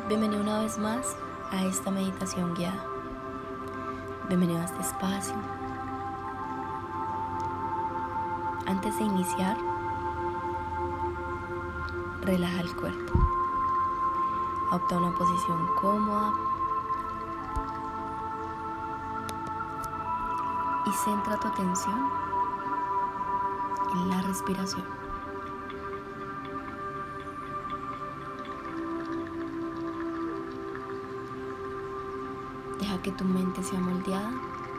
Bienvenido una vez más a esta meditación guiada. Bienvenido a este espacio. Antes de iniciar, relaja el cuerpo. Adopta una posición cómoda y centra tu atención en la respiración. Deja que tu mente sea moldeada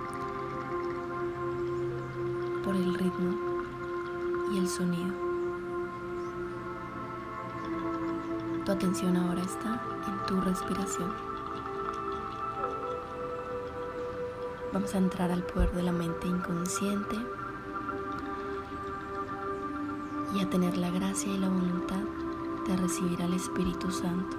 por el ritmo y el sonido. Tu atención ahora está en tu respiración. Vamos a entrar al poder de la mente inconsciente y a tener la gracia y la voluntad de recibir al Espíritu Santo.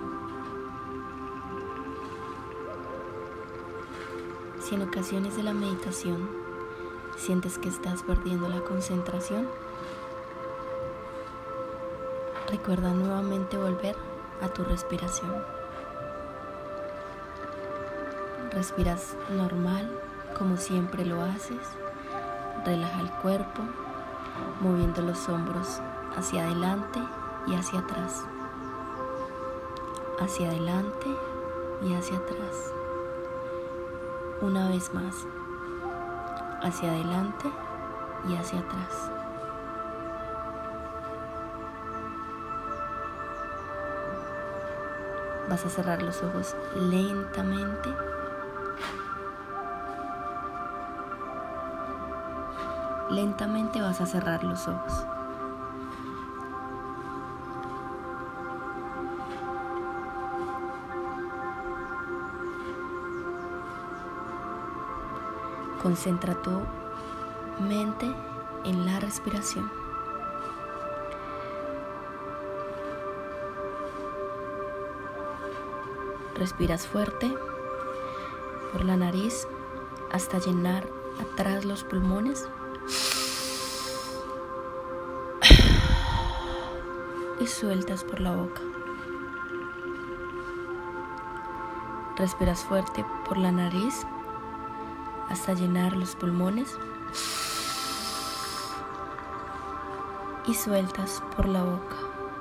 Si en ocasiones de la meditación sientes que estás perdiendo la concentración, recuerda nuevamente volver a tu respiración. Respiras normal, como siempre lo haces. Relaja el cuerpo, moviendo los hombros hacia adelante y hacia atrás. Hacia adelante y hacia atrás. Una vez más, hacia adelante y hacia atrás. Vas a cerrar los ojos lentamente. Lentamente vas a cerrar los ojos. Concentra tu mente en la respiración. Respiras fuerte por la nariz hasta llenar atrás los pulmones. Y sueltas por la boca. Respiras fuerte por la nariz hasta llenar los pulmones y sueltas por la boca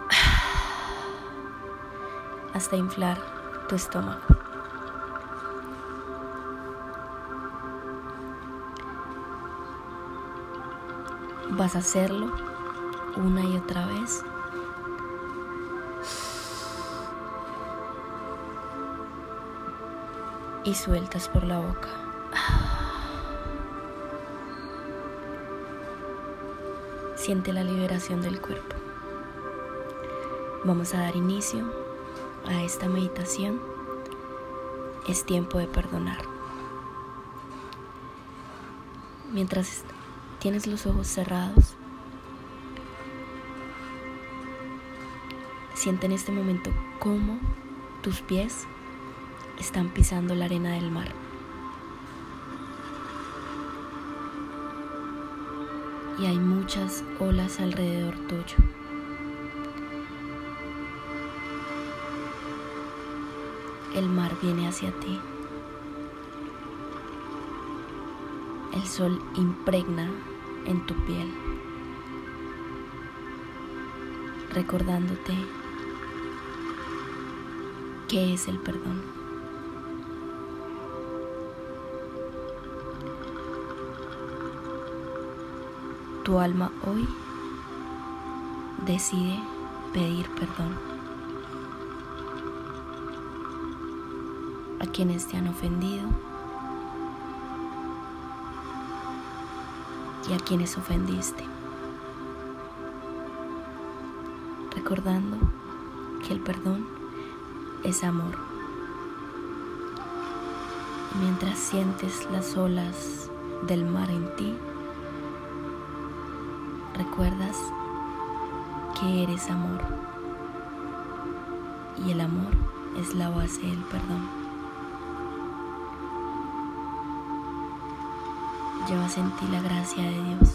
hasta inflar tu estómago. Vas a hacerlo una y otra vez. Y sueltas por la boca. Siente la liberación del cuerpo. Vamos a dar inicio a esta meditación. Es tiempo de perdonar. Mientras tienes los ojos cerrados, siente en este momento cómo tus pies están pisando la arena del mar. Y hay muchas olas alrededor tuyo. El mar viene hacia ti. El sol impregna en tu piel, recordándote qué es el perdón. Tu alma hoy decide pedir perdón a quienes te han ofendido y a quienes ofendiste, recordando que el perdón es amor. Y mientras sientes las olas del mar en ti, recuerdas que eres amor y el amor es la base del perdón. Llevas en ti la gracia de Dios.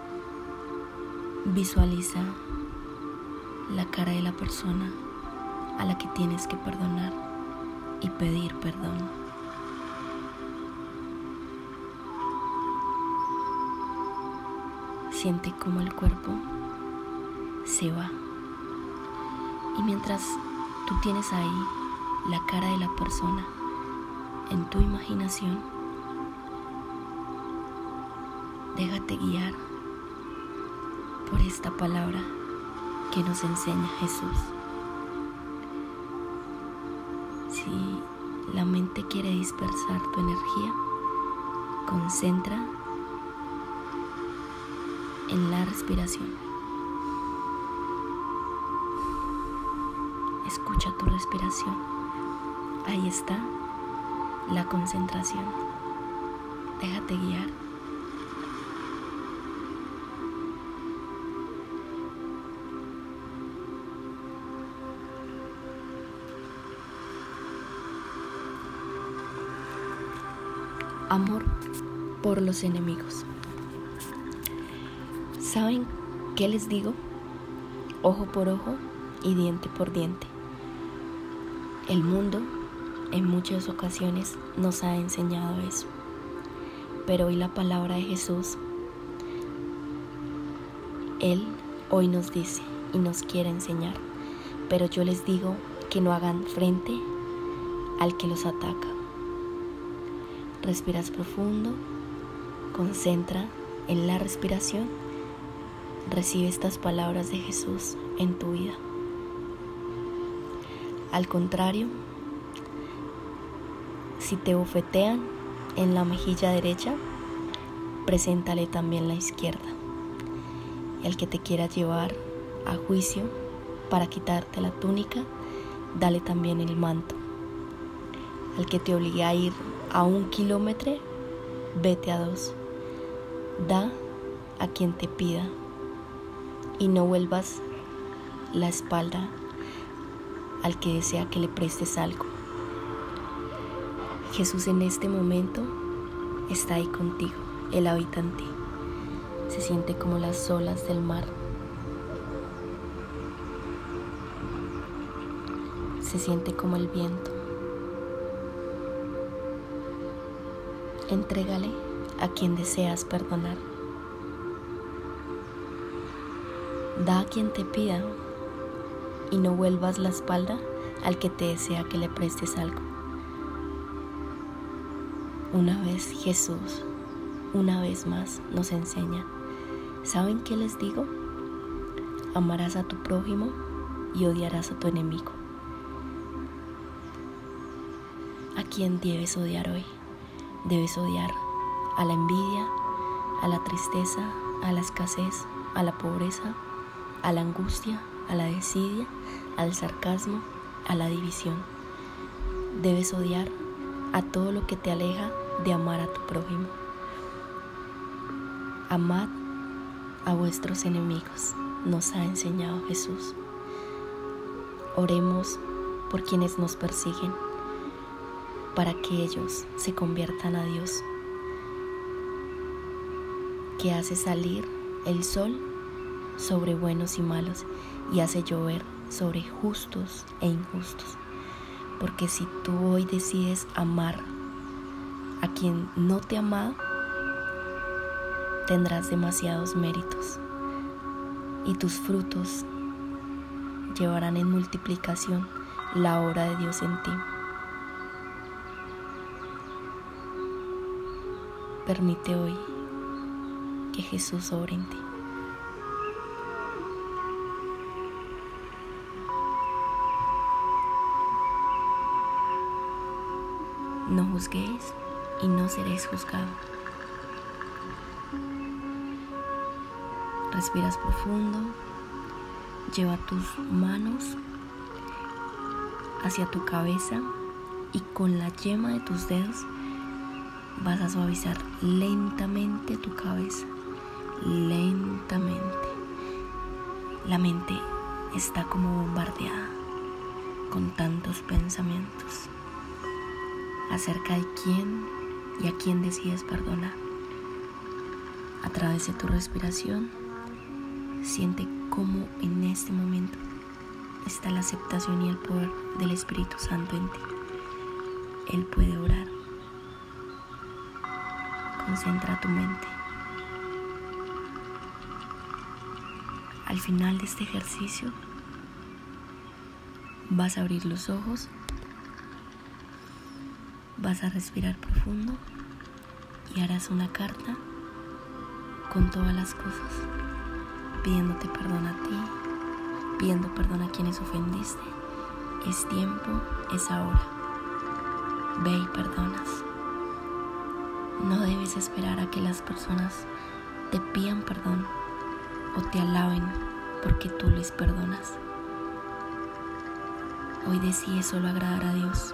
Visualiza la cara de la persona a la que tienes que perdonar y pedir perdón. Siente cómo el cuerpo se va. Y mientras tú tienes ahí la cara de la persona en tu imaginación, déjate guiar por esta palabra que nos enseña Jesús. Si la mente quiere dispersar tu energía, concentra en la respiración. Escucha tu respiración. Ahí está la concentración. Déjate guiar. Amor por los enemigos. ¿Saben qué les digo? Ojo por ojo y diente por diente. El mundo en muchas ocasiones nos ha enseñado eso, pero hoy la palabra de Jesús, Él hoy nos dice y nos quiere enseñar, pero yo les digo que no hagan frente al que los ataca. Respiras profundo, concentra en la respiración, recibe estas palabras de Jesús en tu vida. Al contrario, si te bofetean en la mejilla derecha, preséntale también la izquierda. El que te quiera llevar a juicio para quitarte la túnica, dale también el manto. El que te obligue a ir a 1 kilómetro, vete a 2. Da a quien te pida y no vuelvas la espalda al que desea que le prestes algo. Jesús en este momento está ahí contigo. Él habita en ti. Se siente como las olas del mar. Se siente como el viento. Entrégale a quien deseas perdonar. Da a quien te pida y no vuelvas la espalda al que te desea que le prestes algo. Una vez Jesús, una vez más nos enseña. ¿Saben qué les digo? Amarás a tu prójimo y odiarás a tu enemigo. ¿A quién debes odiar hoy? Debes odiar a la envidia, a la tristeza, a la escasez, a la pobreza, a la angustia, a la desidia, al sarcasmo, a la división. Debes odiar a todo lo que te aleja de amar a tu prójimo. Amad a vuestros enemigos, nos ha enseñado Jesús. Oremos por quienes nos persiguen, para que ellos se conviertan a Dios, que hace salir el sol sobre buenos y malos y hace llover sobre justos e injustos. Porque si tú hoy decides amar a quien no te ha amado, tendrás demasiados méritos y tus frutos llevarán en multiplicación la obra de Dios en ti. Permite hoy que Jesús obre en ti. No juzguéis y no seréis juzgados. Respiras profundo, lleva tus manos hacia tu cabeza y con la yema de tus dedos vas a suavizar lentamente tu cabeza, lentamente. La mente está como bombardeada con tantos pensamientos acerca de quién y a quién decides perdonar. A través de tu respiración, siente cómo en este momento está está la aceptación y el poder del Espíritu Santo en ti. Él puede orar. Concentra tu mente. Al final de este ejercicio vas a abrir los ojos, vas a respirar profundo y harás una carta con todas las cosas, pidiéndote perdón a ti, pidiendo perdón a quienes ofendiste. Es tiempo, es ahora. Ve y perdonas. No debes esperar a que las personas te pidan perdón o te alaben porque tú les perdonas. Hoy decides solo agradar a Dios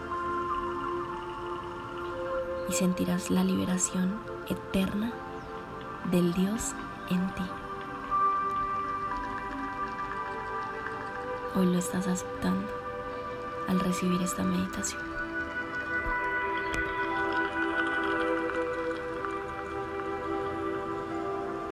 y sentirás la liberación eterna del Dios en ti. Hoy lo estás aceptando al recibir esta meditación.